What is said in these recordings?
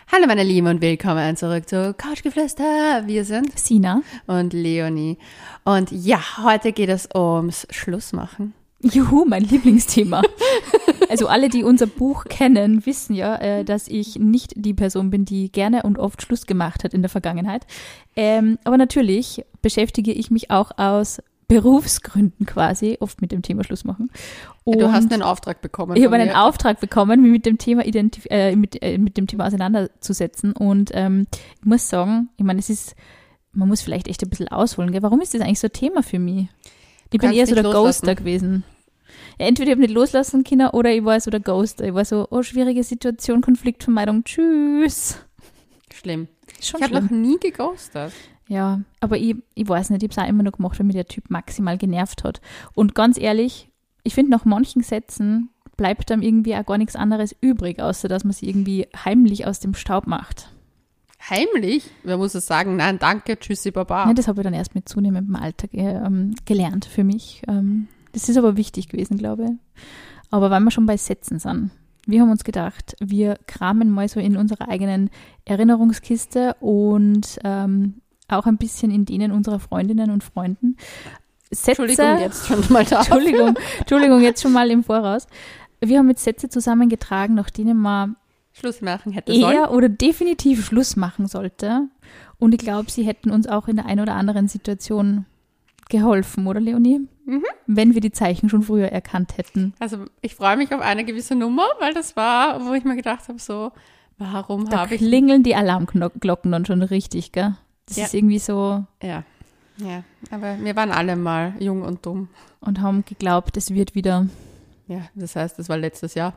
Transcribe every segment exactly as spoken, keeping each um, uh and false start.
Hallo meine Lieben und willkommen zurück zu Couchgeflüster. Wir sind Sina und Leonie. Und ja, heute geht es ums Schlussmachen. Juhu, mein Lieblingsthema. Also alle, die unser Buch kennen, wissen ja, äh, dass ich nicht die Person bin, die gerne und oft Schluss gemacht hat in der Vergangenheit. Ähm, aber natürlich beschäftige ich mich auch aus Berufsgründen quasi oft mit dem Thema Schlussmachen. Und ja, du hast einen Auftrag bekommen. Ich habe einen Auftrag bekommen, mich mit dem Thema identif- äh, mit, äh, mit dem Thema auseinanderzusetzen. Und ähm, ich muss sagen, ich meine, es ist, man muss vielleicht echt ein bisschen ausholen, gell? Warum ist das eigentlich so ein Thema für mich? Ich bin eher so der loslassen. Ghoster gewesen. Ja, entweder ich habe nicht loslassen können oder ich war so der Ghoster. Ich war so, oh, schwierige Situation, Konfliktvermeidung, tschüss. Schlimm. Schon ich habe noch nie geghostet. Ja, aber ich, ich weiß nicht, ich habe es auch immer noch gemacht, weil mich der Typ maximal genervt hat. Und ganz ehrlich, ich finde, nach manchen Sätzen bleibt dann irgendwie auch gar nichts anderes übrig, außer dass man sie irgendwie heimlich aus dem Staub macht. Heimlich? Wer muss es sagen? Nein, danke, tschüssi, baba. Ja, das habe ich dann erst mit zunehmendem Alter ähm, gelernt für mich. Ähm, das ist aber wichtig gewesen, glaube ich. Aber weil wir schon bei Sätzen sind, wir haben uns gedacht, wir kramen mal so in unserer eigenen Erinnerungskiste und ähm, auch ein bisschen in denen unserer Freundinnen und Freunden. Sätze, Entschuldigung, jetzt schon mal da. Entschuldigung, Entschuldigung, jetzt schon mal im Voraus. Wir haben jetzt Sätze zusammengetragen, nach denen man Schluss machen hätte eher sollen. oder definitiv Schluss machen sollte. Und ich glaube, sie hätten uns auch in der einen oder anderen Situation geholfen, oder Leonie? Mhm. Wenn wir die Zeichen schon früher erkannt hätten. Also ich freue mich auf eine gewisse Nummer, weil das war, wo ich mir gedacht habe, so, warum habe ich... Da klingeln die Alarmglocken dann schon richtig, gell? Das ja. ist irgendwie so... Ja, ja, aber wir waren alle mal jung und dumm. Und haben geglaubt, es wird wieder... Ja, das heißt, das war letztes Jahr.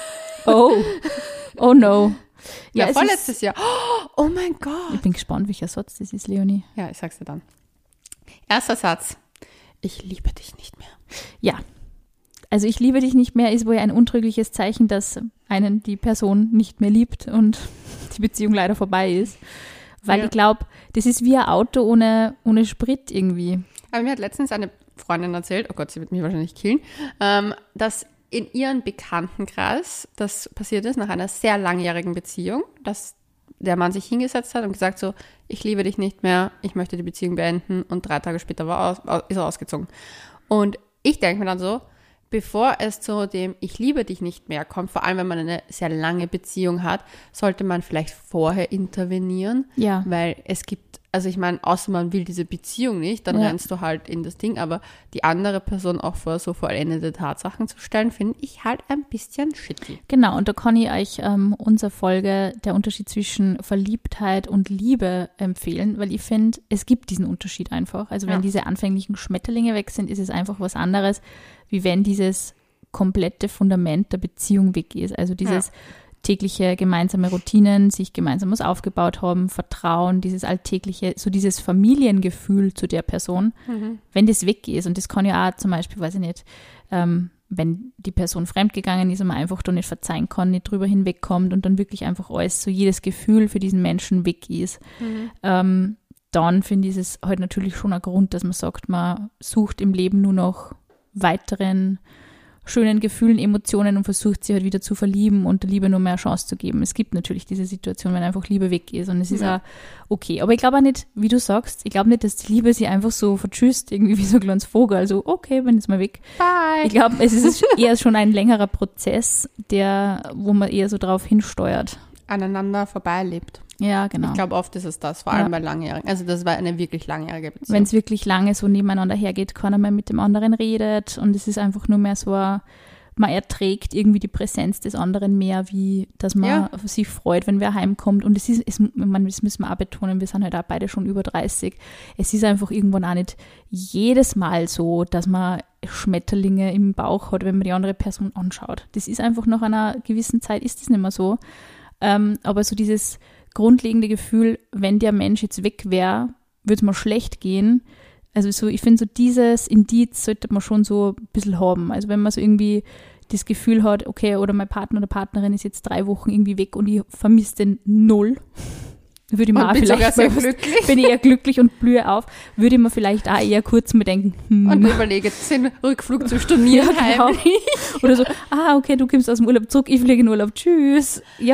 Oh, oh no. Ja, Ja, vorletztes ist, Jahr. Oh mein Gott. Ich bin gespannt, welcher Satz das ist, Leonie. Ja, ich sag's dir dann. Erster Satz. Ich liebe dich nicht mehr. Ja, also ich liebe dich nicht mehr ist wohl ein untrügliches Zeichen, dass einen die Person nicht mehr liebt und die Beziehung leider vorbei ist. Weil ja. ich glaube, das ist wie ein Auto ohne, ohne Sprit irgendwie. Aber mir hat letztens eine Freundin erzählt, oh Gott, sie wird mich wahrscheinlich killen, ähm, dass in ihrem Bekanntenkreis das passiert ist nach einer sehr langjährigen Beziehung, dass der Mann sich hingesetzt hat und gesagt so, ich liebe dich nicht mehr, ich möchte die Beziehung beenden und drei Tage später war aus, ist er ausgezogen. Und ich denke mir dann so, bevor es zu dem ich liebe dich nicht mehr kommt, vor allem wenn man eine sehr lange Beziehung hat, sollte man vielleicht vorher intervenieren, Ja. weil es gibt, also ich meine, außer man will diese Beziehung nicht, dann Ja. rennst du halt in das Ding, aber die andere Person auch vor so vollendete Tatsachen zu stellen, finde ich halt ein bisschen shitty. Genau, und da kann ich euch ähm, unsere Folge der Unterschied zwischen Verliebtheit und Liebe empfehlen, weil ich finde, es gibt diesen Unterschied einfach. Also wenn Ja. diese anfänglichen Schmetterlinge weg sind, ist es einfach was anderes, wie wenn dieses komplette Fundament der Beziehung weg ist. Also dieses Ja. tägliche gemeinsame Routinen, sich gemeinsam was aufgebaut haben, Vertrauen, dieses alltägliche, so dieses Familiengefühl zu der Person, Mhm. wenn das weg ist. Und das kann ja auch zum Beispiel, weiß ich nicht, ähm, wenn die Person fremdgegangen ist und man einfach da nicht verzeihen kann, nicht drüber hinwegkommt und dann wirklich einfach alles, so jedes Gefühl für diesen Menschen weg ist, Mhm. ähm, dann finde ich es halt natürlich schon ein Grund, dass man sagt, man sucht im Leben nur noch weiteren schönen Gefühlen, Emotionen und versucht sie halt wieder zu verlieben und der Liebe nur mehr Chance zu geben. Es gibt natürlich diese Situation, wenn einfach Liebe weg ist und es ist Ja. auch okay. Aber ich glaube auch nicht, wie du sagst, ich glaube nicht, dass die Liebe sie einfach so vertschüsst, irgendwie wie so ein kleines Vogel. Also okay, bin jetzt mal weg. Bye. Ich glaube, es ist eher schon ein längerer Prozess, der, wo man eher so drauf hinsteuert. Aneinander vorbeilebt. Ja, genau. Ich glaube, oft ist es das, vor allem Ja. bei Langjährigen. Also das war eine wirklich langjährige Beziehung. Wenn es wirklich lange so nebeneinander hergeht, keiner mehr mit dem anderen redet und es ist einfach nur mehr so ein, man erträgt irgendwie die Präsenz des anderen mehr, wie dass man Ja. sich freut, wenn wer heimkommt. Und es ist, es, man, das müssen wir auch betonen, wir sind halt auch beide schon über dreißig. Es ist einfach irgendwann auch nicht jedes Mal so, dass man Schmetterlinge im Bauch hat, wenn man die andere Person anschaut. Das ist einfach nach einer gewissen Zeit ist das nicht mehr so. Ähm, aber so dieses grundlegende Gefühl, wenn der Mensch jetzt weg wäre, würde es mir schlecht gehen. Also so, ich finde so dieses Indiz sollte man schon so ein bisschen haben. Also wenn man so irgendwie das Gefühl hat, okay, oder mein Partner oder Partnerin ist jetzt drei Wochen irgendwie weg und ich vermisse den null, würde ich mir und auch bin sogar vielleicht, sehr mal- glücklich. bin ich eher glücklich und blühe auf, würde ich mir vielleicht auch eher kurz mal denken, hm, Und überlege, jetzt den Rückflug zu stornieren. Ja, genau. heimlich. oder so, ah, okay, du kommst aus dem Urlaub zurück, ich fliege in Urlaub, tschüss. Ja,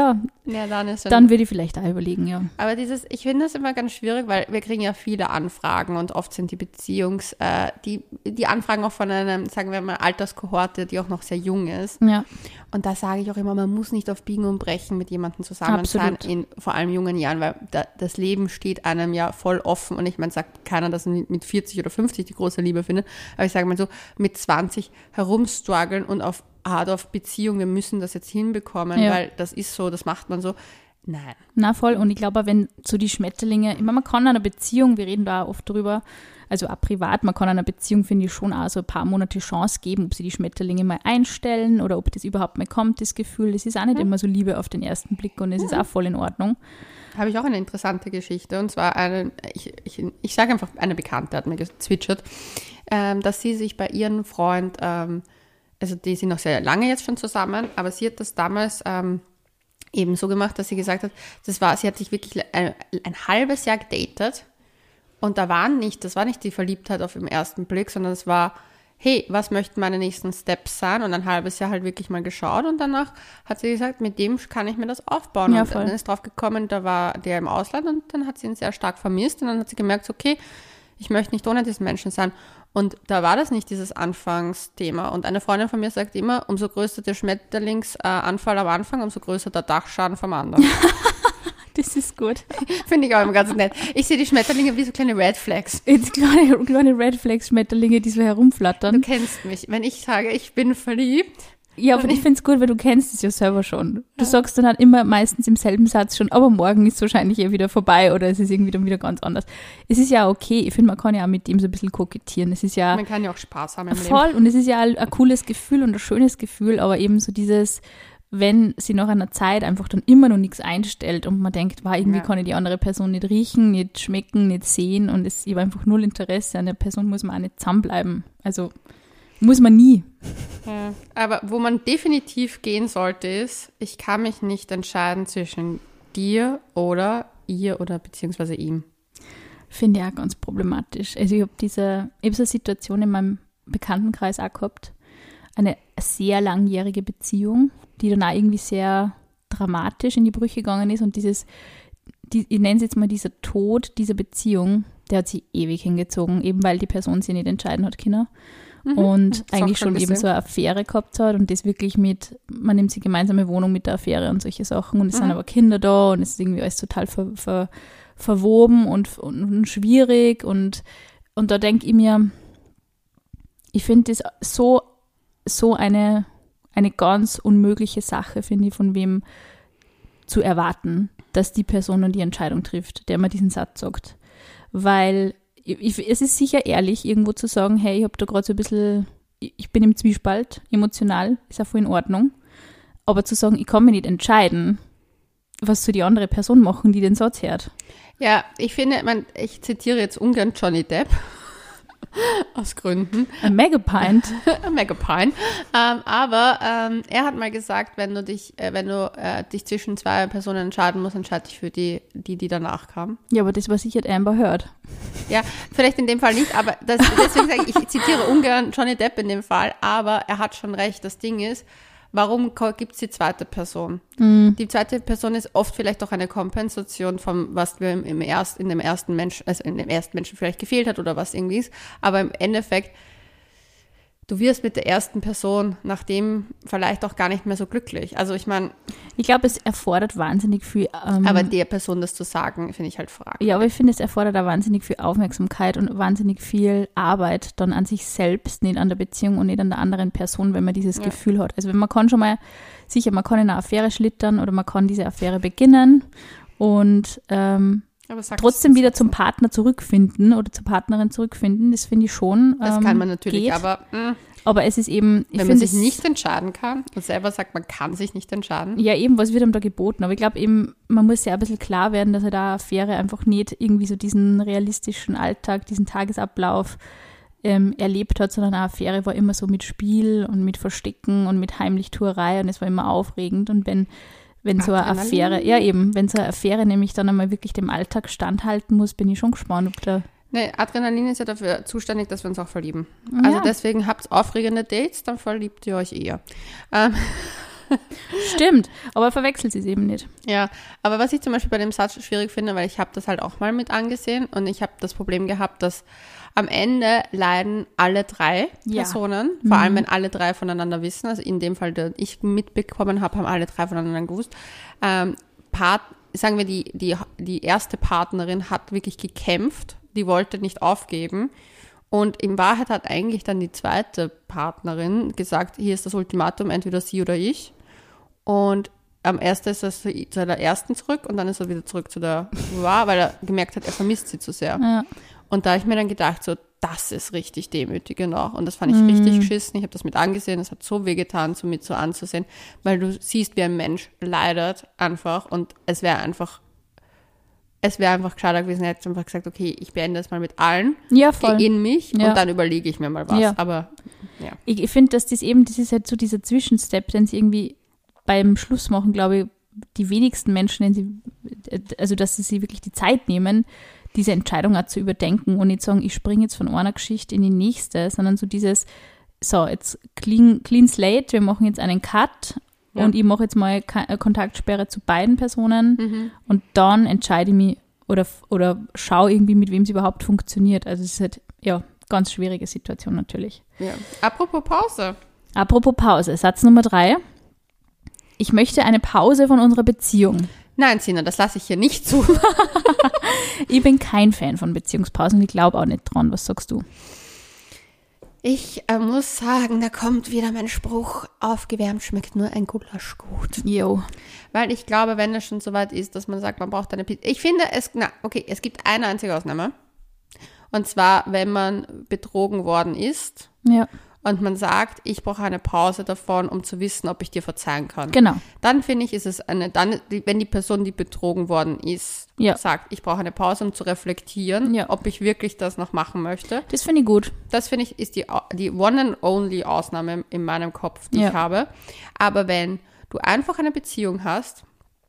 Ja, dann ist dann würde ich vielleicht auch überlegen, ja. Aber dieses, ich finde das immer ganz schwierig, weil wir kriegen ja viele Anfragen und oft sind die Beziehungs, äh, die, die Anfragen auch von einem, sagen wir mal, Alterskohorte, die auch noch sehr jung ist. Ja. Und da sage ich auch immer, man muss nicht auf Biegen und Brechen mit jemandem zusammen sein, in vor allem jungen Jahren, weil da, das Leben steht einem ja voll offen. Und ich meine, sagt keiner, dass er mit vierzig oder fünfzig die große Liebe findet. Aber ich sage mal so, mit zwanzig herumstruggeln und auf hart auf Beziehung, wir müssen das jetzt hinbekommen, ja. weil das ist so, das macht man so. Nein. Na voll. Und ich glaube, wenn so die Schmetterlinge, ich meine, man kann einer Beziehung, wir reden da auch oft drüber, also auch privat, man kann einer Beziehung, finde ich, schon auch so ein paar Monate Chance geben, ob sie die Schmetterlinge mal einstellen oder ob das überhaupt mal kommt, das Gefühl. Das ist auch nicht mhm. immer so Liebe auf den ersten Blick und es mhm. ist auch voll in Ordnung. Habe ich auch eine interessante Geschichte und zwar eine, ich, ich, ich sage einfach, eine Bekannte hat mir gezwitschert, ähm, dass sie sich bei ihrem Freund, ähm, also die sind noch sehr lange jetzt schon zusammen, aber sie hat das damals ähm, eben so gemacht, dass sie gesagt hat, das war, sie hat sich wirklich ein, ein halbes Jahr gedatet und da waren nicht, das war nicht die Verliebtheit auf den ersten Blick, sondern es war, hey, was möchten meine nächsten Steps sein? Und ein halbes Jahr halt wirklich mal geschaut und danach hat sie gesagt, mit dem kann ich mir das aufbauen. Ja, und voll. dann ist drauf gekommen, da war der im Ausland und dann hat sie ihn sehr stark vermisst und dann hat sie gemerkt, okay, ich möchte nicht ohne diesen Menschen sein. Und da war das nicht dieses Anfangsthema. Und eine Freundin von mir sagt immer, umso größer der Schmetterlingsanfall am Anfang, umso größer der Dachschaden vom anderen. Das ist gut. Finde ich auch immer ganz nett. Ich sehe die Schmetterlinge wie so kleine Red Flags. Jetzt kleine, kleine Red Flags-Schmetterlinge, die so herumflattern. Du kennst mich. Wenn ich sage, ich bin verliebt. Ja, aber ich finde es gut, weil du kennst es ja selber schon. Du ja. sagst dann halt immer meistens im selben Satz schon, aber morgen ist wahrscheinlich eh wieder vorbei oder es ist irgendwie dann wieder ganz anders. Es ist ja okay, ich finde, man kann ja auch mit dem so ein bisschen kokettieren. Es ist ja man kann ja auch Spaß haben im voll Leben. Und es ist ja ein, ein cooles Gefühl und ein schönes Gefühl, aber eben so dieses, wenn sie nach einer Zeit einfach dann immer noch nichts einstellt und man denkt, wow, irgendwie ja. kann ich die andere Person nicht riechen, nicht schmecken, nicht sehen und es ist einfach null Interesse an der Person, muss man auch nicht zusammenbleiben. Also muss man nie. Ja, aber wo man definitiv gehen sollte ist, ich kann mich nicht entscheiden zwischen dir oder ihr oder beziehungsweise ihm. Finde ich auch ganz problematisch. Also ich habe diese, ich habe so eine Situation in meinem Bekanntenkreis auch gehabt, eine sehr langjährige Beziehung, die dann auch irgendwie sehr dramatisch in die Brüche gegangen ist und dieses, die, ich nenne es jetzt mal dieser Tod dieser Beziehung, der hat sich ewig hingezogen, eben weil die Person sich nicht entscheiden hat können. Und eigentlich schon eben so eine Affäre gehabt hat und das wirklich mit, man nimmt sie gemeinsame Wohnung mit der Affäre und solche Sachen und es mhm. sind aber Kinder da und es ist irgendwie alles total ver, ver, verwoben und, und, und schwierig und, und da denke ich mir, ich finde das so, so eine, eine ganz unmögliche Sache, finde ich, von wem zu erwarten, dass die Person dann die Entscheidung trifft, der mir diesen Satz sagt, weil Ich, es ist sicher ehrlich, irgendwo zu sagen, hey, ich habe da gerade so ein bisschen, ich bin im Zwiespalt, emotional, ist auch voll in Ordnung. Aber zu sagen, ich kann mich nicht entscheiden, was soll die andere Person machen, die den Satz hört? Ja, ich finde, man, ich zitiere jetzt ungern Johnny Depp. Aus Gründen. A Megapint. A Megapint. Ähm, aber ähm, er hat mal gesagt, wenn du dich, äh, wenn du äh, dich zwischen zwei Personen entscheiden musst, entscheide dich für die, die, die danach kamen. Ja, aber das war sicher Amber Heard. Ja, vielleicht in dem Fall nicht, aber das, deswegen sage ich, ich zitiere ungern Johnny Depp in dem Fall, aber er hat schon recht. Das Ding ist, warum gibt es die zweite Person? Mm. Die zweite Person ist oft vielleicht auch eine Kompensation von was wir im, im erst, in dem ersten Menschen, also in dem ersten Menschen vielleicht gefehlt hat oder was irgendwie ist. Aber im Endeffekt, du wirst mit der ersten Person nach dem vielleicht auch gar nicht mehr so glücklich. Also ich meine, ich glaube, es erfordert wahnsinnig viel. Ähm, aber der Person das zu sagen, finde ich halt fraglich. Ja, aber ich finde, es erfordert auch wahnsinnig viel Aufmerksamkeit und wahnsinnig viel Arbeit dann an sich selbst, nicht an der Beziehung und nicht an der anderen Person, wenn man dieses ja. Gefühl hat. Also man kann schon mal, sicher, man kann in eine Affäre schlittern oder man kann diese Affäre beginnen und ähm, trotzdem wieder zum Partner zurückfinden oder zur Partnerin zurückfinden, das finde ich schon. Das ähm, kann man natürlich, geht. aber mh. Aber es ist eben, ich wenn man find, sich nicht entscheiden kann und selber sagt, man kann sich nicht entscheiden. Ja, eben, was wird einem da geboten? Aber ich glaube eben, man muss ja ein bisschen klar werden, dass er da Affäre einfach nicht irgendwie so diesen realistischen Alltag, diesen Tagesablauf ähm, erlebt hat, sondern eine Affäre war immer so mit Spiel und mit Verstecken und mit Heimlichtuerei und es war immer aufregend. Und wenn, wenn so eine Affäre, ja eben, wenn so eine Affäre nämlich dann einmal wirklich dem Alltag standhalten muss, bin ich schon gespannt, ob da Nee, Adrenalin ist ja dafür zuständig, dass wir uns auch verlieben. Ja. Also deswegen habt aufregende Dates, dann verliebt ihr euch eher. Ähm, Stimmt, aber verwechselt sie es eben nicht. Ja, aber was ich zum Beispiel bei dem Satz schwierig finde, weil ich habe das halt auch mal mit angesehen und ich habe das Problem gehabt, dass am Ende leiden alle drei Ja. Personen, vor allem Mhm. wenn alle drei voneinander wissen, also in dem Fall, den ich mitbekommen habe, haben alle drei voneinander gewusst. Ähm, Part, sagen wir, die, die, die erste Partnerin hat wirklich gekämpft, die wollte nicht aufgeben. Und in Wahrheit hat eigentlich dann die zweite Partnerin gesagt, hier ist das Ultimatum, entweder sie oder ich. Und am ersten ist er zu der ersten zurück und dann ist er wieder zurück zu der war, weil er gemerkt hat, er vermisst sie zu sehr. Ja. Und da habe ich mir dann gedacht, so, das ist richtig demütigend auch. Und das fand ich Mhm. richtig geschissen. Ich habe das mit angesehen, es hat so wehgetan, so mit so anzusehen, weil du siehst, wie ein Mensch leidet einfach und es wäre einfach Es wäre einfach gescheiter gewesen, er hätte einfach gesagt, okay, ich beende es mal mit allen, Ja, voll. gehe in mich Ja. und dann überlege ich mir mal was. Ja. Aber ja. Ich, ich finde, dass das eben, das ist halt so dieser Zwischenstep, den sie irgendwie beim Schluss machen, glaube ich, die wenigsten Menschen, den sie, also dass sie sich wirklich die Zeit nehmen, diese Entscheidung auch zu überdenken und nicht sagen, ich springe jetzt von einer Geschichte in die nächste, sondern so dieses, so, jetzt clean, clean slate, wir machen jetzt einen Cut Ja. und ich mache jetzt mal Ka- Kontaktsperre zu beiden Personen Mhm. und dann entscheide ich mich oder, oder schaue irgendwie, mit wem es überhaupt funktioniert. Also es ist halt, ja, ganz schwierige Situation natürlich. Ja. Apropos Pause. Apropos Pause, Satz Nummer drei. Ich möchte eine Pause von unserer Beziehung. Nein, Sina, das lasse ich hier nicht zu. Ich bin kein Fan von Beziehungspausen und ich glaube auch nicht dran. Was sagst du? Ich äh, muss sagen, da kommt wieder mein Spruch, aufgewärmt schmeckt nur ein Gulasch gut. Jo. Weil ich glaube, wenn es schon so weit ist, dass man sagt, man braucht eine Pizza. Ich finde, es, na, okay, es gibt eine einzige Ausnahme. Und zwar, wenn man betrogen worden ist Ja, und man sagt, ich brauche eine Pause davon, um zu wissen, ob ich dir verzeihen kann. genau. Dann finde ich, ist es eine, dann, die, wenn die Person, die betrogen worden ist, Ja. sagt, ich brauche eine Pause, um zu reflektieren, Ja. ob ich wirklich das noch machen möchte. Das finde ich gut. Das finde ich, ist die, die one and only Ausnahme in meinem Kopf, die Ja. ich habe. Aber wenn du einfach eine Beziehung hast,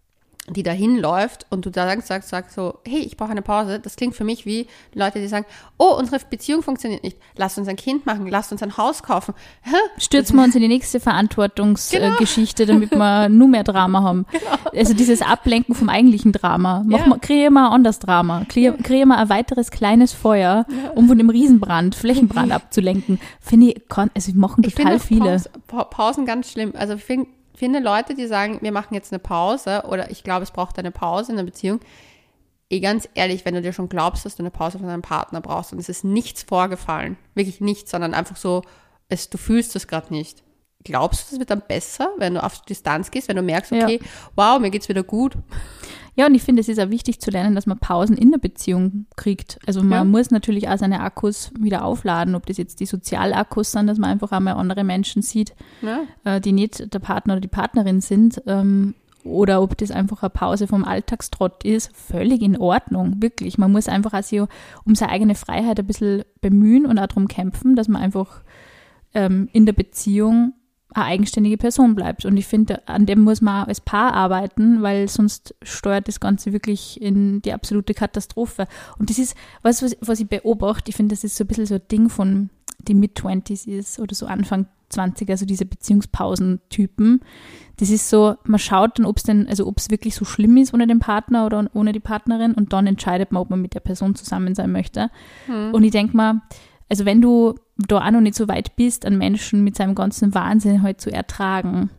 die dahin läuft und du da sagst, sagst, sagst so, hey, ich brauche eine Pause, das klingt für mich wie Leute, die sagen, oh, unsere Beziehung funktioniert nicht, lass uns ein Kind machen, lass uns ein Haus kaufen. Hä? Stürzen wir uns in die nächste Verantwortungsgeschichte, Genau. damit wir nur mehr Drama haben. Also dieses Ablenken vom eigentlichen Drama. Mach Ja. mal, kreieren wir ein anderes Drama. Kreieren kreieren wir ein weiteres kleines Feuer, um von dem Riesenbrand, Flächenbrand abzulenken. Finde ich, kann, also machen Ich total finde viele. Pause, Pa- Pausen ganz schlimm. Also ich find, finde Leute, die sagen, wir machen jetzt eine Pause oder ich glaube, es braucht eine Pause in der Beziehung. Eh, ganz ehrlich, wenn du dir schon glaubst, dass du eine Pause von deinem Partner brauchst und es ist nichts vorgefallen, wirklich nichts, sondern einfach so, es, du fühlst es gerade nicht. Glaubst du, es wird dann besser, wenn du auf Distanz gehst, wenn du merkst, okay, wow, mir geht's wieder gut. Ja, und ich finde, es ist auch wichtig zu lernen, dass man Pausen in der Beziehung kriegt. Also man Ja. muss natürlich auch seine Akkus wieder aufladen, ob das jetzt die Sozialakkus sind, dass man einfach einmal andere Menschen sieht, Ja. äh, die nicht der Partner oder die Partnerin sind, ähm, oder ob das einfach eine Pause vom Alltagstrott ist, völlig in Ordnung, wirklich. Man muss einfach auch sich um seine eigene Freiheit ein bisschen bemühen und auch darum kämpfen, dass man einfach ähm, in der Beziehung eine eigenständige Person bleibt. Und ich finde, an dem muss man als Paar arbeiten, weil sonst steuert das Ganze wirklich in die absolute Katastrophe. Und das ist was, was, was ich beobachte. Ich finde, das ist so ein bisschen so ein Ding von die Mid-Twenties ist oder so Anfang zwanzig, also diese Beziehungspausen-Typen. Das ist so, man schaut dann, ob es denn, also ob es wirklich so schlimm ist ohne den Partner oder ohne die Partnerin und dann entscheidet man, ob man mit der Person zusammen sein möchte. Hm. Und ich denke mal, also wenn du da auch noch nicht so weit bist, einen Menschen mit seinem ganzen Wahnsinn halt zu ertragen,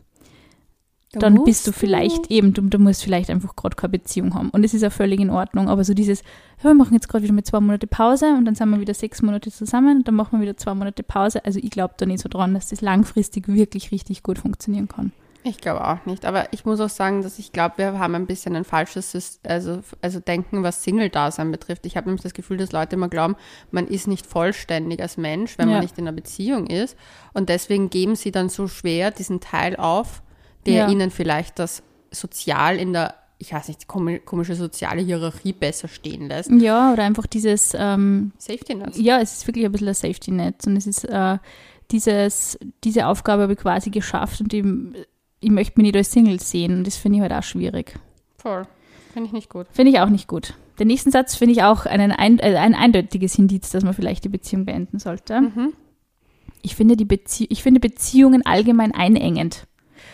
Da dann musst bist du vielleicht eben, du, du musst vielleicht einfach gerade keine Beziehung haben. Und das ist ja völlig in Ordnung. Aber so dieses, ja, wir machen jetzt gerade wieder mit zwei Monate Pause und dann sind wir wieder sechs Monate zusammen und dann machen wir wieder zwei Monate Pause. Also ich glaube da nicht so dran, dass das langfristig wirklich richtig gut funktionieren kann. Ich glaube auch nicht, aber ich muss auch sagen, dass ich glaube, wir haben ein bisschen ein falsches Syst- also, also Denken, was Single-Dasein betrifft. Ich habe nämlich das Gefühl, dass Leute immer glauben, man ist nicht vollständig als Mensch, wenn Ja. man nicht in einer Beziehung ist. Und deswegen geben sie dann so schwer diesen Teil auf, der Ja. ihnen vielleicht das sozial in der, ich weiß nicht, komi- komische soziale Hierarchie besser stehen lässt. Ja, oder einfach dieses, ähm, Safety Net. ja, es ist wirklich ein bisschen ein Safety-Net und es ist äh, dieses, diese Aufgabe habe ich quasi geschafft und ich, ich möchte mich nicht als Single sehen und das finde ich halt auch schwierig. Voll. Finde ich nicht gut. Finde ich auch nicht gut. Den nächsten Satz finde ich auch einen, ein, äh, ein eindeutiges Indiz, dass man vielleicht die Beziehung beenden sollte. Mhm. Ich finde, die Bezie- ich finde Beziehungen allgemein einengend.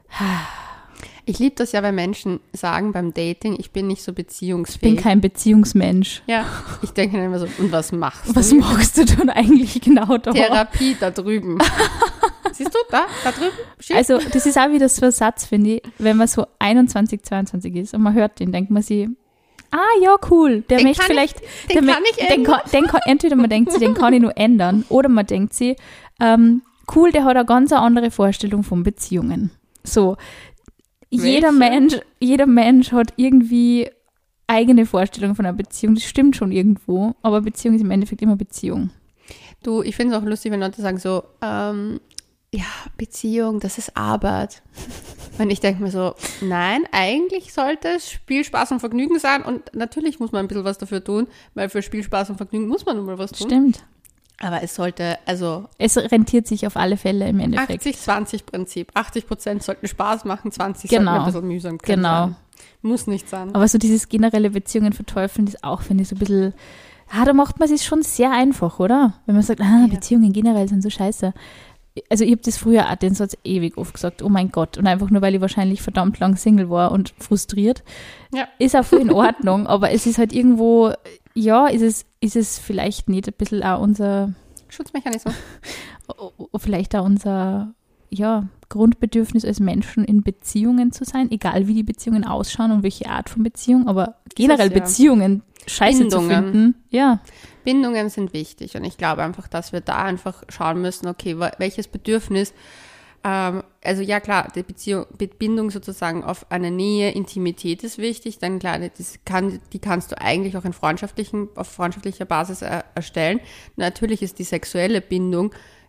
Ich liebe das ja, wenn Menschen sagen beim Dating, ich bin nicht so beziehungsfähig. Ich bin kein Beziehungsmensch. Ja, ich denke dann immer so, und was machst du? Was machst du denn eigentlich genau da? Therapie da drüben. Siehst du, da, da drüben? Schild. Also das ist auch wieder so ein Satz, finde ich, wenn man so einundzwanzig, zweiundzwanzig ist und man hört den, denkt man sich, ah ja, cool, der Den möchte kann vielleicht, ich- den der kann mö- ich den ändern. kann, den kann, entweder man denkt sich, den kann ich nur ändern, oder man denkt sich, ähm, cool, der hat eine ganz andere Vorstellung von Beziehungen. So, jeder Welche? Mensch, jeder Mensch hat irgendwie eigene Vorstellungen von einer Beziehung, das stimmt schon irgendwo, aber Beziehung ist im Endeffekt immer Beziehung. Du, ich finde es auch lustig, wenn Leute sagen so, ähm, ja, Beziehung, das ist Arbeit. Und ich denke mir so, nein, eigentlich sollte es Spiel, Spaß und Vergnügen sein. Und natürlich muss man ein bisschen was dafür tun, weil für Spiel, Spaß und Vergnügen muss man nun mal was tun. Stimmt. Aber es sollte, also Es rentiert sich auf alle Fälle im Endeffekt. achtzig zwanzig Prinzip. achtzig Prozent sollten Spaß machen, zwanzig Genau. sollten ein bisschen mühsam Genau. sein. Muss nicht sein. Aber so dieses generelle Beziehungen verteufeln ist auch, finde ich, so ein bisschen, ah, da macht man es sich schon sehr einfach, oder? Wenn man sagt, ah, Ja. Beziehungen generell sind so scheiße. Also ich habe das früher auch den Satz ewig oft gesagt, oh mein Gott. Und einfach nur, weil ich wahrscheinlich verdammt lang Single war und frustriert. Ja. Ist auch voll in Ordnung, aber es ist halt irgendwo, ja, ist es, ist es vielleicht nicht ein bisschen auch unser, Schutzmechanismus. o- o- vielleicht auch unser, ja, Grundbedürfnis als Menschen in Beziehungen zu sein, egal wie die Beziehungen ausschauen und welche Art von Beziehung, aber generell ja. Beziehungen scheiße zu Bindungen. finden. Ja, Bindungen sind wichtig und ich glaube einfach, dass wir da einfach schauen müssen, okay, wa- welches Bedürfnis, ähm, also ja klar, die Beziehung, Be- Bindung sozusagen auf eine Nähe, Intimität ist wichtig, dann klar, das kann, die kannst du eigentlich auch in freundschaftlichen, auf freundschaftlicher Basis er, erstellen. Natürlich ist die sexuelle Bindung,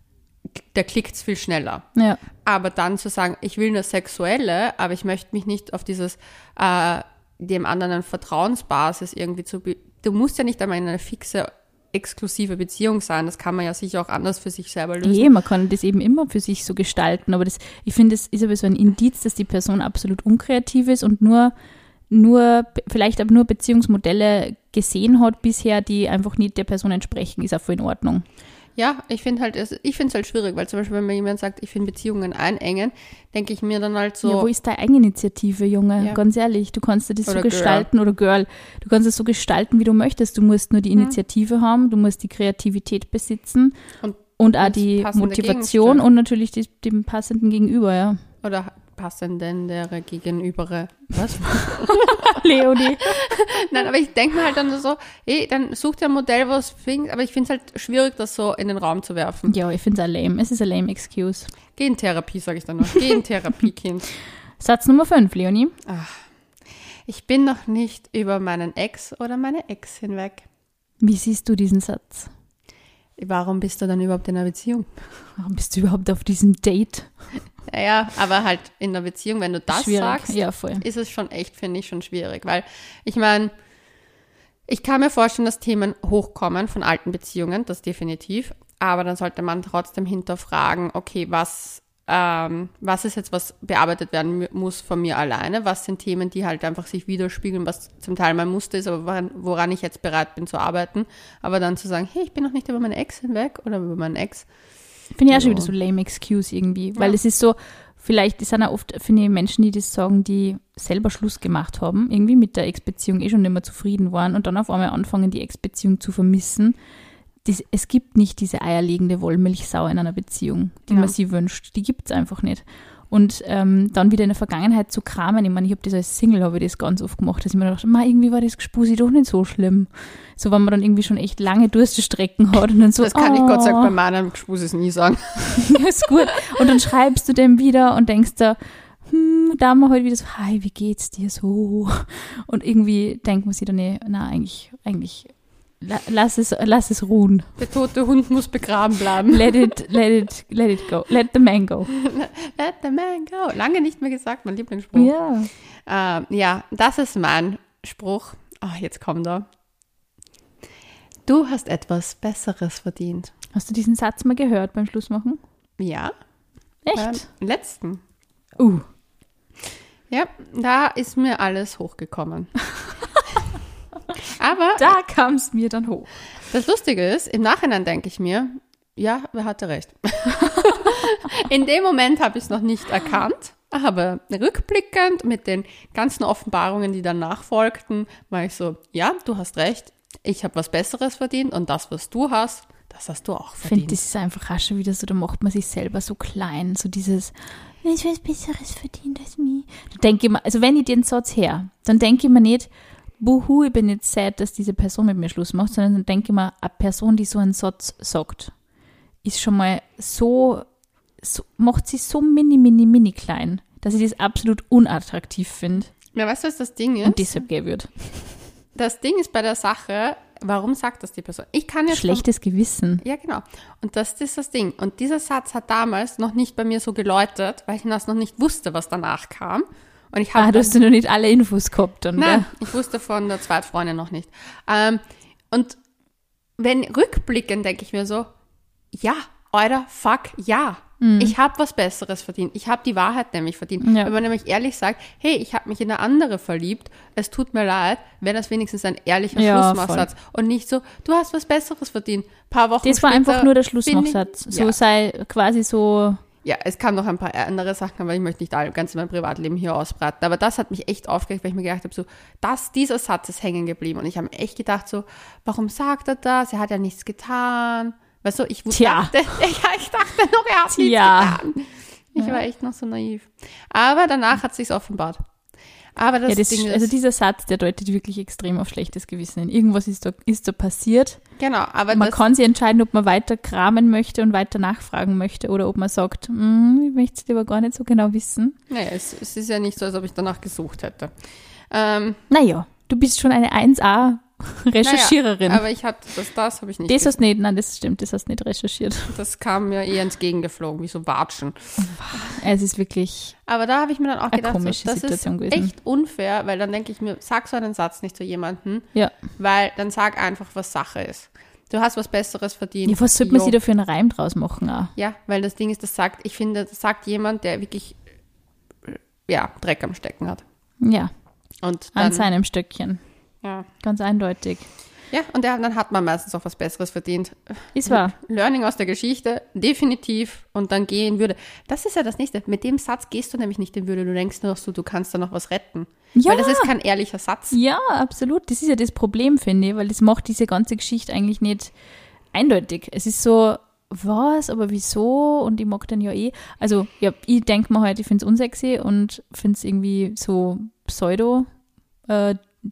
da klickt's viel schneller. ja. Aber dann zu sagen, ich will nur sexuelle, aber ich möchte mich nicht auf dieses, äh, dem anderen eine Vertrauensbasis irgendwie zu, be- du musst ja nicht einmal in eine fixe, exklusive Beziehung sein, das kann man ja sicher auch anders für sich selber lösen. Eh, man kann das eben immer für sich so gestalten, aber das, ich finde, es ist aber so ein Indiz, dass die Person absolut unkreativ ist und nur, nur, vielleicht aber nur Beziehungsmodelle gesehen hat bisher, die einfach nicht der Person entsprechen, ist auch voll in Ordnung. Ja, ich finde halt, es- ich finde es halt schwierig, weil zum Beispiel, wenn mir jemand sagt, ich finde Beziehungen einengen, denke ich mir dann halt so, Ja, wo ist deine Eigeninitiative, Junge? Ja. Ganz ehrlich, du kannst dir das Oder so Girl. gestalten, oder Girl, du kannst es so gestalten, wie du möchtest. Du musst nur die Initiative haben, du musst die Kreativität besitzen Und- und auch und die passende Motivation Gegenstände. und natürlich die, dem passenden Gegenüber, ja. oder passendere gegenübere, was? Leonie. Nein, aber ich denke mir halt dann so, ey, dann such dir ein Modell, was fängt, aber ich finde es halt schwierig, das so in den Raum zu werfen. Ja, ich finde es auch lame. Es ist eine lame Excuse. Geh in Therapie, sage ich dann noch. Geh in Therapie, Kind. Satz Nummer fünf, Leonie. Ich bin noch nicht über meinen Ex oder meine Ex hinweg. Wie siehst du diesen Satz? Warum bist du dann überhaupt in einer Beziehung? Warum bist du überhaupt auf diesem Date? Naja, aber halt in einer Beziehung, wenn du das Schwierig. sagst, Ja, voll. ist es schon echt, finde ich, schon schwierig. Weil, ich meine, ich kann mir vorstellen, dass Themen hochkommen von alten Beziehungen, das definitiv. Aber dann sollte man trotzdem hinterfragen, okay, was, ähm, was ist jetzt, was bearbeitet werden mu- muss von mir alleine? Was sind Themen, die halt einfach sich widerspiegeln, was zum Teil mein Muster ist, aber woran, woran ich jetzt bereit bin zu arbeiten. Aber dann zu sagen, hey, ich bin noch nicht über meine Ex hinweg oder über meinen Ex. Finde ich auch schon Ja. wieder so lame Excuse irgendwie. Weil Ja. es ist so, vielleicht, das sind ja oft, finde ich, Menschen, die das sagen, die selber Schluss gemacht haben, irgendwie mit der Ex-Beziehung eh schon nicht mehr zufrieden waren und dann auf einmal anfangen, die Ex-Beziehung zu vermissen. Das, es gibt nicht diese eierlegende Wollmilchsau in einer Beziehung, die Ja. man sie wünscht. Die gibt es einfach nicht. Und ähm, dann wieder in der Vergangenheit zu kramen, ich meine, ich habe das als Single, habe ich das ganz oft gemacht, dass ich mir dachte, ma, irgendwie war das Gespusi doch nicht so schlimm. So, wenn man dann irgendwie schon echt lange Durststrecken hat und dann so, Das kann ich oh, Gott sei Dank bei meinem Gespuses nie sagen. ja, ist gut. Und dann schreibst du dem wieder und denkst da, hm, da haben wir heute wieder so, hi, wie geht's dir so? Und irgendwie denkt man sich dann, nee, na, eigentlich, eigentlich, la, lass es, lass es ruhen. Der tote Hund muss begraben bleiben. Let it, let it, let it go. Let the man go. Let the man go. Lange nicht mehr gesagt, mein Lieblingsspruch. Ja. Ähm, ja, das ist mein Spruch. Ach, jetzt kommt er. Du hast etwas Besseres verdient. Hast du diesen Satz mal gehört beim Schlussmachen? Ja, Echt? beim letzten. Uh. Ja, da ist mir alles hochgekommen. Aber Da kam es mir dann hoch. das Lustige ist, im Nachhinein denke ich mir, ja, wer hatte recht? In dem Moment habe ich es noch nicht erkannt, Aber rückblickend mit den ganzen Offenbarungen, die danach folgten, war ich so, ja, du hast recht, ich habe was Besseres verdient und das, was du hast, das hast du auch Ich verdient. finde, das ist einfach auch schon wieder so, da macht man sich selber so klein, so dieses, wenn ich was Besseres verdient als mich. Da denke ich mir, also wenn ich den Satz her, dann denke ich mir nicht, buhu, ich bin jetzt sad, dass diese Person mit mir Schluss macht, sondern dann denke ich mir, eine Person, die so einen Satz sagt, ist schon mal so, so macht sie so mini, mini, mini klein, dass ich das absolut unattraktiv finde Ja, weißt du, was das Ding ist? und deshalb gehen würde. Das Ding ist bei der Sache, warum sagt das die Person? Ich kann jetzt Schlechtes Gewissen. Ja, genau. Und das ist das Ding. Und dieser Satz hat damals noch nicht bei mir so geläutet, weil ich das noch nicht wusste, was danach kam. Und ich habe Ah, du hast ja noch nicht alle Infos gehabt. Dann, Nein, gell? ich wusste von der Zweitfreundin noch nicht. Ähm, und wenn rückblickend denke ich mir so, ja, Alter, fuck, ja. Mhm. Ich habe was Besseres verdient. Ich habe die Wahrheit nämlich verdient. Ja. Wenn man nämlich ehrlich sagt, hey, ich habe mich in eine andere verliebt, es tut mir leid, wäre das wenigstens ein ehrlicher Ja, Schlussmachsatz. Und nicht so, du hast was Besseres verdient. Ein paar Wochen Das war später einfach nur der bin Schlussmachsatz. ich- So Ja. sei quasi so, Ja, es kamen noch ein paar andere Sachen, aber ich möchte nicht all, ganz mein Privatleben hier ausbreiten. Aber das hat mich echt aufgeregt, weil ich mir gedacht habe, so, das, dieser Satz ist hängen geblieben. Und ich habe mir echt gedacht, so, warum sagt er das? Er hat ja nichts getan. Weißt du, ich wusste, Tja. dachte, ich, ich dachte noch, er hat Tja. nichts getan. Ich war echt noch so naiv. Aber danach hat es sich offenbart. Aber das, ja, das, Ding ist, also dieser Satz, der deutet wirklich extrem auf schlechtes Gewissen hin. Irgendwas ist da, ist da passiert. genau, aber Man das, kann sich entscheiden, ob man weiter kramen möchte und weiter nachfragen möchte oder ob man sagt, "Mm, ich möchte es lieber gar nicht so genau wissen. naja, es, es ist ja nicht so, als ob ich danach gesucht hätte. Ähm, Naja, du bist schon eine eins A Recherchiererin. naja, aber ich hatte, das, das habe ich nicht das hast nicht, nein, das stimmt, das hast nicht recherchiert. Das kam mir eher entgegengeflogen, wie so Watschen. Es ist wirklich, Aber da habe ich mir dann auch Eine gedacht, so, komische das Situation ist gewesen. echt unfair, weil dann denke ich mir, sag so einen Satz nicht zu jemandem, ja. weil dann sag einfach, was Sache ist. Du hast was Besseres verdient. ja was sollte man Jo. sich da für einen Reim draus machen auch? Ja, weil das Ding ist, das sagt, ich finde, das sagt jemand, der wirklich, ja, Dreck am Stecken hat. Ja, Und an dann, seinem Stöckchen. ja. Ganz eindeutig. Ja, und der, dann hat man meistens auch was Besseres verdient. Ist wahr. Learning aus der Geschichte, definitiv, und dann gehen würde. Das ist ja das Nächste. Mit dem Satz gehst du nämlich nicht in Würde. Du denkst nur so, du kannst da noch was retten. Ja. Weil das ist kein ehrlicher Satz. Ja, absolut. Das ist ja das Problem, finde ich, weil das macht diese ganze Geschichte eigentlich nicht eindeutig. Es ist so, was, aber wieso? Und ich mag den ja eh. Also, ja, ich denke mir halt, ich finde es unsexy und finde es irgendwie so pseudo äh,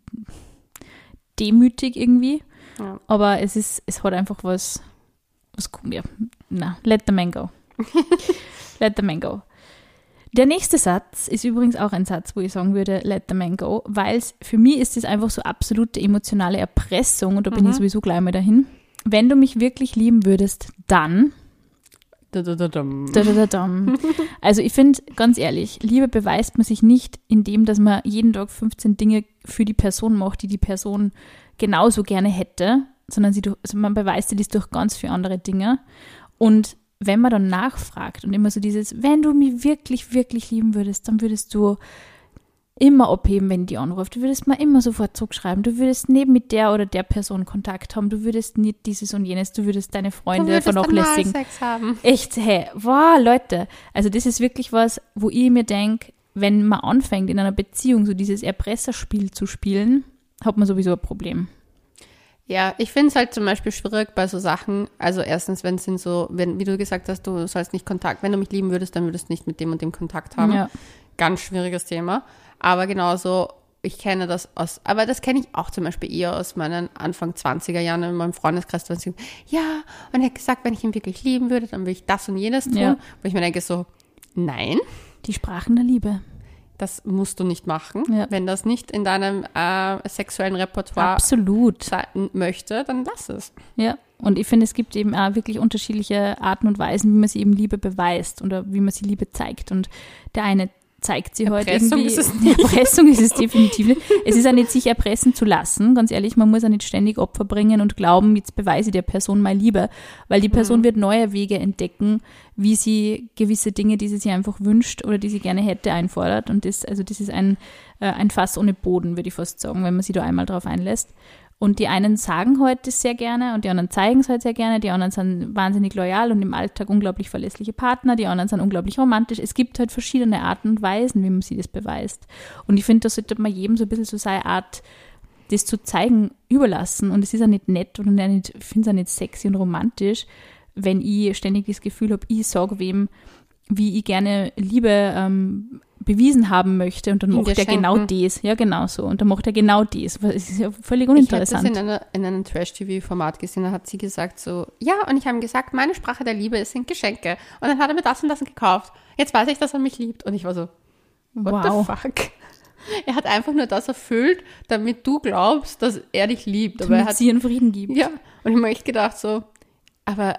demütig irgendwie. Ja. Aber es ist, es hat einfach was, was, ja, na, let the man go. Let the man go. Der nächste Satz ist übrigens auch ein Satz, wo ich sagen würde, let the man go, weil es für mich ist es einfach so absolute emotionale Erpressung und da bin Mhm. ich sowieso gleich mal dahin. Wenn du mich wirklich lieben würdest, dann Da, da, da, dam. Da, da, da, dam. Also ich finde, ganz ehrlich, Liebe beweist man sich nicht, indem dass man jeden Tag fünfzehn Dinge für die Person macht, die die Person genauso gerne hätte, sondern sie durch, also man beweist sie das durch ganz viele andere Dinge. Und wenn man dann nachfragt und immer so dieses, wenn du mich wirklich, wirklich lieben würdest, dann würdest du immer abheben, wenn die anruft. Du würdest mir immer sofort zurückschreiben. Du würdest neben mit der oder der Person Kontakt haben. Du würdest nicht dieses und jenes. Du würdest deine Du Freunde würdest vernachlässigen. Analsex haben. Echt, hey, wow, Leute. Also das ist wirklich was, wo ich mir denke, wenn man anfängt, in einer Beziehung so dieses Erpresserspiel zu spielen, hat man sowieso ein Problem. Ja, ich finde es halt zum Beispiel schwierig bei so Sachen. Also erstens, wenn es sind so, wenn, wie du gesagt hast, du sollst nicht Kontakt, wenn du mich lieben würdest, dann würdest du nicht mit dem und dem Kontakt haben. Ja. Ganz schwieriges Thema. Aber genauso, ich kenne das aus, aber das kenne ich auch zum Beispiel eher aus meinen Anfang zwanziger Jahren in meinem Freundeskreis. Da sie, ja, und er hat gesagt, wenn ich ihn wirklich lieben würde, dann würde ich das und jenes tun. Ja. Wo ich mir denke so, nein, Die Sprachen der Liebe. das musst du nicht machen. Ja. Wenn das nicht in deinem äh, sexuellen Repertoire Absolut. sein möchte, dann lass es. Ja. Und ich finde, es gibt eben auch wirklich unterschiedliche Arten und Weisen, wie man sie eben Liebe beweist oder wie man sie Liebe zeigt. Und der eine zeigt sie heute Erpressung irgendwie. ist es nicht. Erpressung ist es definitiv nicht. Es ist auch nicht, sich erpressen zu lassen. Ganz ehrlich, man muss auch nicht ständig Opfer bringen und glauben, jetzt beweise ich der Person mal Liebe. Weil die Person Mhm. wird neue Wege entdecken, wie sie gewisse Dinge, die sie sich einfach wünscht oder die sie gerne hätte, einfordert. Und das, also das ist ein, äh, ein Fass ohne Boden, würde ich fast sagen, wenn man sich da einmal drauf einlässt. Und die einen sagen halt das sehr gerne und die anderen zeigen es halt sehr gerne. Die anderen sind wahnsinnig loyal und im Alltag unglaublich verlässliche Partner. Die anderen sind unglaublich romantisch. Es gibt halt verschiedene Arten und Weisen, wie man sich das beweist. Und ich finde, da sollte man jedem so ein bisschen so seine Art, das zu zeigen, überlassen. Und es ist auch nicht nett und nicht, ich finde es auch nicht sexy und romantisch, wenn ich ständig das Gefühl habe, ich sage wem, wie ich gerne Liebe ähm, bewiesen haben möchte und dann macht er schenken. genau das. Ja, genau so. Und dann macht er genau das. Es ist ja völlig uninteressant. Ich habe das in, einer, in einem Trash-T V-Format gesehen, da hat sie gesagt so, ja, und ich habe ihm gesagt, meine Sprache der Liebe sind Geschenke. Und dann hat er mir das und das gekauft. Jetzt weiß ich, dass er mich liebt. Und ich war so, what Wow. the fuck? Er hat einfach nur das erfüllt, damit du glaubst, dass er dich liebt. Aber Damit er hat, es ihren Frieden gibt. ja, und ich habe mir echt gedacht so, aber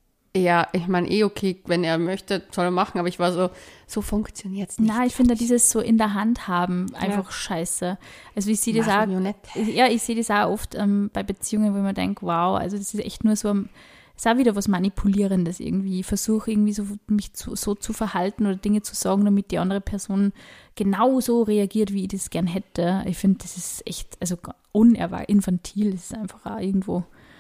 ja, ich meine eh okay, wenn er möchte, soll er machen, aber ich war so, so funktioniert es nicht. Nein, ich finde dieses so in der Hand haben einfach ja. scheiße. Also ich sehe das auch, ja, ich sehe das auch oft ähm, bei Beziehungen, wo ich mir denke, wow, also das ist echt nur so, ist auch wieder was Manipulierendes irgendwie. Ich versuche irgendwie so, mich zu, so zu verhalten oder Dinge zu sagen, damit die andere Person genau so reagiert, wie ich das gern hätte. Ich finde, das ist echt, also unerwartet, infantil, das ist einfach auch irgendwo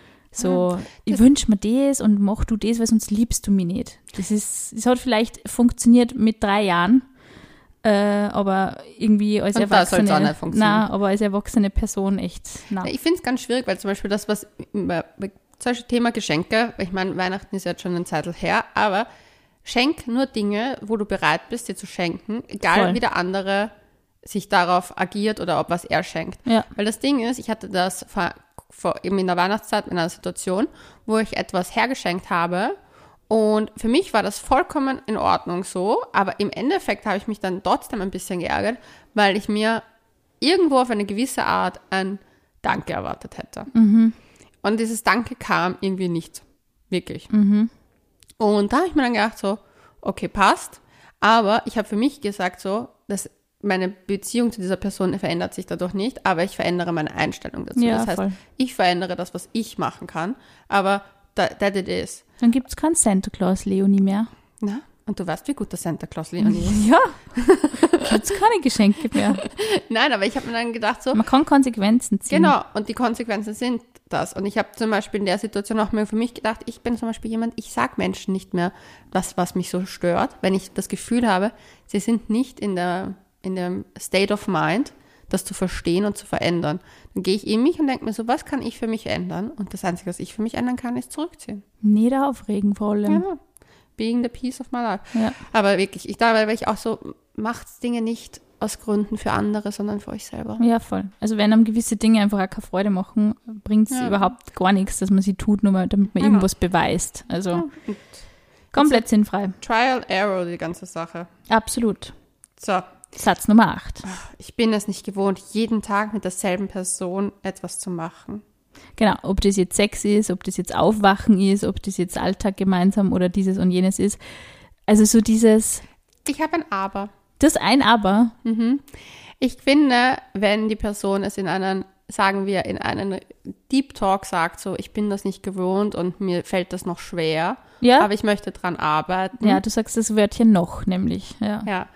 so, ja, ich wünsche mir das und mach du das, weil sonst liebst du mich nicht. Das ist, das hat vielleicht funktioniert mit drei Jahren, äh, aber irgendwie als und erwachsene, auch nicht funktionieren. Na, aber als erwachsene Person echt, na. Ich finde es ganz schwierig, weil zum Beispiel das, was, zum Beispiel Thema Geschenke, ich meine, Weihnachten ist jetzt schon ein Zeitl her, aber schenk nur Dinge, wo du bereit bist, dir zu schenken, egal Voll. wie der andere sich darauf agiert oder ob was er schenkt. Ja. Weil das Ding ist, ich hatte das vor, vor, eben in der Weihnachtszeit in einer Situation, wo ich etwas hergeschenkt habe und für mich war das vollkommen in Ordnung so, aber im Endeffekt habe ich mich dann trotzdem ein bisschen geärgert, weil ich mir irgendwo auf eine gewisse Art ein Danke erwartet hätte. Mhm. Und dieses Danke kam irgendwie nicht, wirklich. Mhm. Und da habe ich mir dann gedacht so, okay, passt, aber ich habe für mich gesagt so, dass meine Beziehung zu dieser Person verändert sich dadurch nicht, aber ich verändere meine Einstellung dazu. Ja, das heißt, voll. ich verändere das, was ich machen kann, aber that, that it is. Dann gibt es keinen Santa Claus Leonie mehr. Na? Und du weißt, wie gut der Santa Claus Leonie ist. Ja, gibt es keine Geschenke mehr. Nein, aber ich habe mir dann gedacht so, Man kann Konsequenzen ziehen. genau, und die Konsequenzen sind das. Und ich habe zum Beispiel in der Situation auch mir für mich gedacht, ich bin zum Beispiel jemand, ich sage Menschen nicht mehr das, was mich so stört, wenn ich das Gefühl habe, sie sind nicht in der in dem State of Mind, das zu verstehen und zu verändern. Dann gehe ich in mich und denke mir so, was kann ich für mich ändern? Und das Einzige, was ich für mich ändern kann, ist zurückziehen. Nicht aufregen vor allem. Ja, being the peace of my life. Ja. Aber wirklich, ich glaube, weil ich auch so, macht Dinge nicht aus Gründen für andere, sondern für euch selber. Ja, voll. Also wenn einem gewisse Dinge einfach auch keine Freude machen, bringt es Ja. überhaupt gar nichts, dass man sie tut, nur mal, damit man Genau. irgendwas beweist. Also Ja, und komplett sinnfrei. Trial, Error, die ganze Sache. Absolut. So, Satz Nummer acht. ich bin es nicht gewohnt, jeden Tag mit derselben Person etwas zu machen. Genau, ob das jetzt Sex ist, ob das jetzt Aufwachen ist, ob das jetzt Alltag gemeinsam oder dieses und jenes ist. Also so dieses, Ich habe ein Aber. das ein Aber. Mhm. Ich finde, wenn die Person es in einen, sagen wir, in einen Deep Talk sagt, so, ich bin das nicht gewohnt und mir fällt das noch schwer, Ja, aber ich möchte dran arbeiten. ja, du sagst das Wörtchen noch, nämlich. Ja. Ja.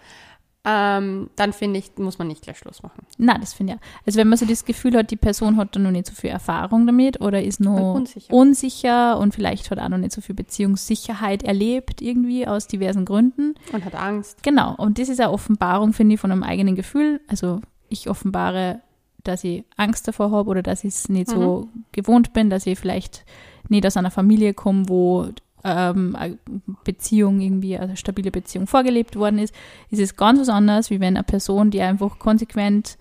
Ähm, dann finde ich, muss man nicht gleich Schluss machen. Na, das finde ich auch. Also wenn man so das Gefühl hat, die Person hat da noch nicht so viel Erfahrung damit oder ist noch Und unsicher. unsicher und vielleicht hat auch noch nicht so viel Beziehungssicherheit erlebt irgendwie aus diversen Gründen. Und hat Angst. Genau, und das ist eine Offenbarung, finde ich, von einem eigenen Gefühl. Also ich offenbare, dass ich Angst davor habe oder dass ich es nicht so gewohnt bin, dass ich vielleicht nicht aus einer Familie komme, wo ähm, eine Beziehung irgendwie, eine stabile Beziehung vorgelebt worden ist, ist es ganz was anderes, wie wenn eine Person, die einfach konsequent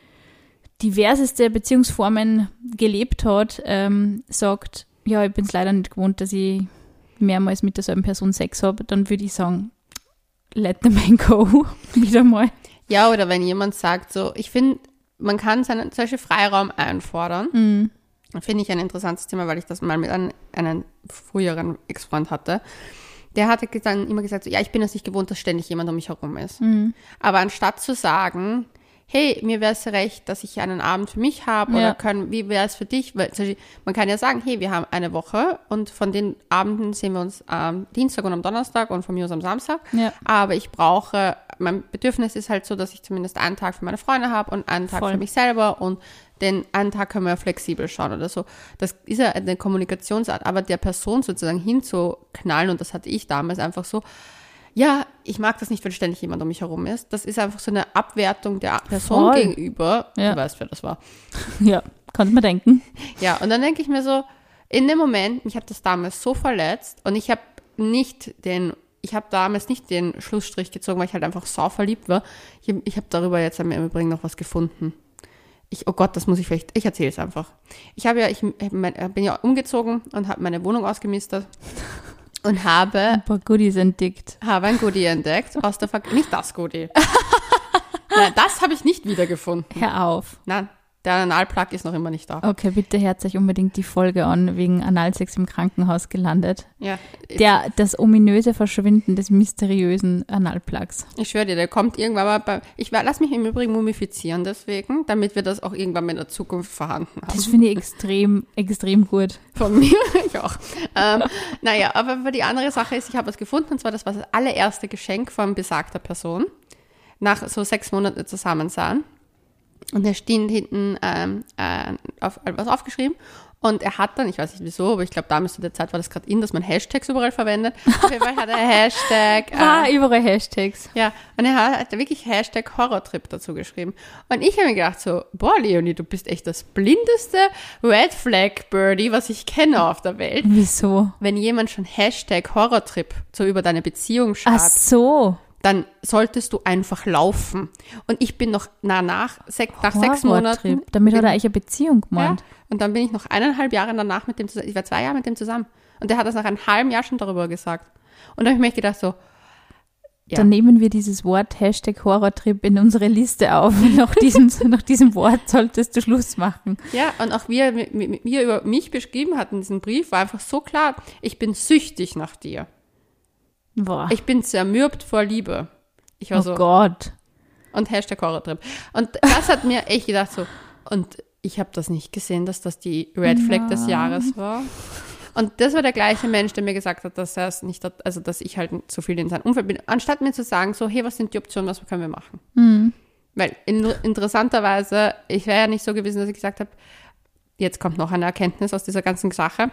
diverseste Beziehungsformen gelebt hat, ähm, sagt, ja, ich bin es leider nicht gewohnt, dass ich mehrmals mit derselben Person Sex habe, dann würde ich sagen, let the man go, wieder mal. Ja, oder wenn jemand sagt so, ich finde, man kann seinen solchen Freiraum einfordern. Mhm. Finde ich ein interessantes Thema, weil ich das mal mit einem, einem früheren Ex-Freund hatte. Der hatte dann immer gesagt, so, ja, ich bin es nicht gewohnt, dass ständig jemand um mich herum ist. Mhm. Aber anstatt zu sagen, hey, mir wäre es recht, dass ich einen Abend für mich habe oder Ja. können, wie wäre es für dich? Weil, zum Beispiel, man kann ja sagen, hey, wir haben eine Woche und von den Abenden sehen wir uns am Dienstag und am Donnerstag und von mir aus am Samstag. Ja. Aber ich brauche mein Bedürfnis ist halt so, dass ich zumindest einen Tag für meine Freunde habe und einen Tag Voll. für mich selber und den einen Tag können wir flexibel schauen oder so. Das ist ja eine Kommunikationsart, aber der Person sozusagen hinzuknallen, und das hatte ich damals einfach so, ja, ich mag das nicht, wenn ständig jemand um mich herum ist. Das ist einfach so eine Abwertung der Person Voll. gegenüber. Ja. Du weißt, wer das war. Ja, kann man denken. Ja, und dann denke ich mir so, in dem Moment, mich hat das damals so verletzt und ich habe nicht den, ich habe damals nicht den Schlussstrich gezogen, weil ich halt einfach sau verliebt war. Ich, ich habe darüber jetzt im Übrigen noch was gefunden. Ich, oh Gott, das muss ich vielleicht, ich erzähle es einfach. Ich habe ja, ich bin ja umgezogen und habe meine Wohnung ausgemistet und habe Ein paar Goodies entdeckt. habe ein Goodie entdeckt aus der Ver- nicht das Goodie. Nein, das habe ich nicht wiedergefunden. Hör auf. Nein, der Analplug ist noch immer nicht da. Okay, bitte hört euch unbedingt die Folge an, wegen Analsex im Krankenhaus gelandet. Ja, Der, das ominöse Verschwinden des mysteriösen Analplugs. ich schwöre dir, der kommt irgendwann mal bei, ich wer- lass mich im Übrigen mumifizieren deswegen, damit wir das auch irgendwann mal in der Zukunft vorhanden haben. Das finde ich extrem, extrem gut. Von mir, ich auch. Ähm, naja, aber die andere Sache ist, ich habe was gefunden, und zwar das war das allererste Geschenk von besagter Person, nach so sechs Monaten Zusammensein. Und er steht hinten ähm, äh, auf was aufgeschrieben, und er hat dann, ich weiß nicht wieso, aber ich glaube, damals zu der Zeit war das gerade in, dass man Hashtags überall verwendet. Auf jeden Fall hat er Hashtag Ah, äh, überall Hashtags. ja, und er hat wirklich Hashtag Horrortrip dazu geschrieben. Und ich habe mir gedacht so, boah, Leonie, du bist echt das blindeste Red Flag Birdie, was ich kenne auf der Welt. Wieso? Wenn jemand schon Hashtag Horrortrip so über deine Beziehung Ach schreibt, so. dann solltest du einfach laufen. Und ich bin noch na, nach, sech, nach sechs Monaten. Horrortrip. Damit hat bin, er eigentlich eine Beziehung ja, gemeint. und dann bin ich noch eineinhalb Jahre danach mit dem zusammen. Ich war zwei Jahre mit dem zusammen. Und der hat das nach einem halben Jahr schon darüber gesagt. Und da habe ich mir gedacht so, ja. Dann nehmen wir dieses Wort Hashtag Horrortrip in unsere Liste auf. nach, diesem, nach diesem Wort solltest du Schluss machen. Ja, und auch wie er mit, mit mir über mich beschrieben hat in diesem Brief, war einfach so klar, ich bin süchtig nach dir. Boah. Ich bin zermürbt vor Liebe. Ich war oh so, Gott. und Hashtag Horrortrip. Und das hat mir echt gedacht so, und ich habe das nicht gesehen, dass das die Red Flag Nein. des Jahres war. Und das war der gleiche Mensch, der mir gesagt hat, dass er es nicht hat, also dass ich halt zu viel in seinem Umfeld bin, anstatt mir zu sagen, so, hey, was sind die Optionen, was können wir machen? Mhm. Weil in, interessanterweise, ich wäre ja nicht so gewesen, dass ich gesagt habe, jetzt kommt noch eine Erkenntnis aus dieser ganzen Sache.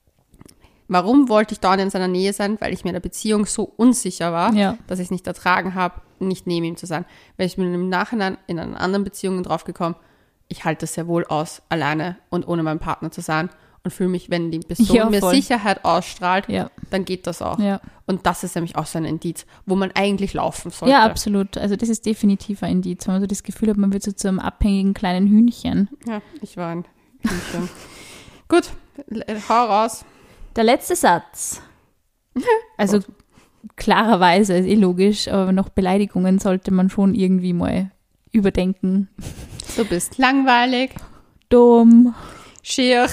Warum wollte ich dauernd in seiner Nähe sein? Weil ich mir in der Beziehung so unsicher war, Ja. dass ich es nicht ertragen habe, nicht neben ihm zu sein. Weil ich bin im Nachhinein in einer anderen Beziehung draufgekommen, ich halte es sehr wohl aus, alleine und ohne meinen Partner zu sein, und fühle mich, wenn die Person Ja, mir voll. Sicherheit ausstrahlt, Ja. dann geht das auch. Ja. Und das ist nämlich auch so ein Indiz, wo man eigentlich laufen sollte. Ja, absolut. Also das ist definitiv ein Indiz, wenn man so das Gefühl hat, man wird so zu einem abhängigen kleinen Hühnchen. Ja, ich war ein Hühnchen. Gut, hau raus. Der letzte Satz. Also klarerweise, ist eh logisch, aber noch Beleidigungen sollte man schon irgendwie mal überdenken. Du bist langweilig, Dumm, schier.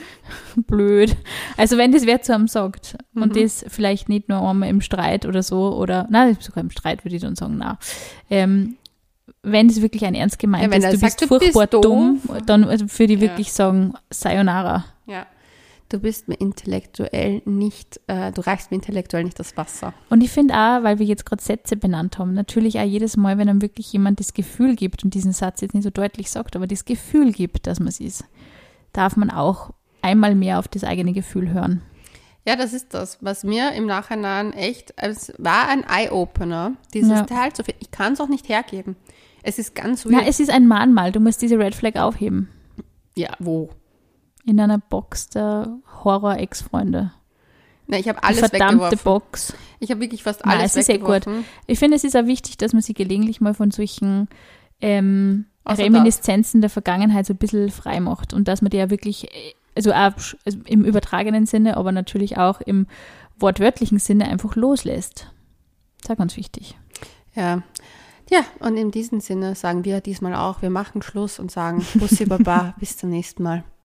blöd. Also wenn das wer zu einem sagt und Mhm. das vielleicht nicht nur einmal im Streit oder so, oder nein, sogar im Streit würde ich dann sagen, na. Ähm, wenn es wirklich ein ernst gemeint Ja, wenn ist, er du sagt, bist du bist furchtbar dumm, doof. dann würde ich Ja. wirklich sagen, Sayonara. Ja. Du bist mir intellektuell nicht, äh, du reichst mir intellektuell nicht das Wasser. Und ich finde auch, weil wir jetzt gerade Sätze benannt haben, natürlich auch jedes Mal, wenn einem wirklich jemand das Gefühl gibt und diesen Satz jetzt nicht so deutlich sagt, aber das Gefühl gibt, dass man es ist, darf man auch einmal mehr auf das eigene Gefühl hören. Ja, das ist das, was mir im Nachhinein echt, es war ein Eye-Opener, dieses Ja. Teil zu finden. Ich kann es auch nicht hergeben. Es ist ganz Na, weird. es ist ein Mahnmal, du musst diese Red Flag aufheben. Ja, wo? In einer Box der Horror-Ex-Freunde. Na, ich habe Die alles verdammte weggeworfen. Box. Ich habe wirklich fast Nein, alles es ist eh weggeworfen. Ich finde, es ist auch wichtig, dass man sich gelegentlich mal von solchen ähm, Außer Reminiszenzen der Vergangenheit so ein bisschen frei macht und dass man die ja wirklich, äh, also auch also im übertragenen Sinne, aber natürlich auch im wortwörtlichen Sinne einfach loslässt. Das ist auch ganz wichtig. Ja. Ja, und in diesem Sinne sagen wir diesmal auch, wir machen Schluss und sagen Bussi Baba, bis zum nächsten Mal.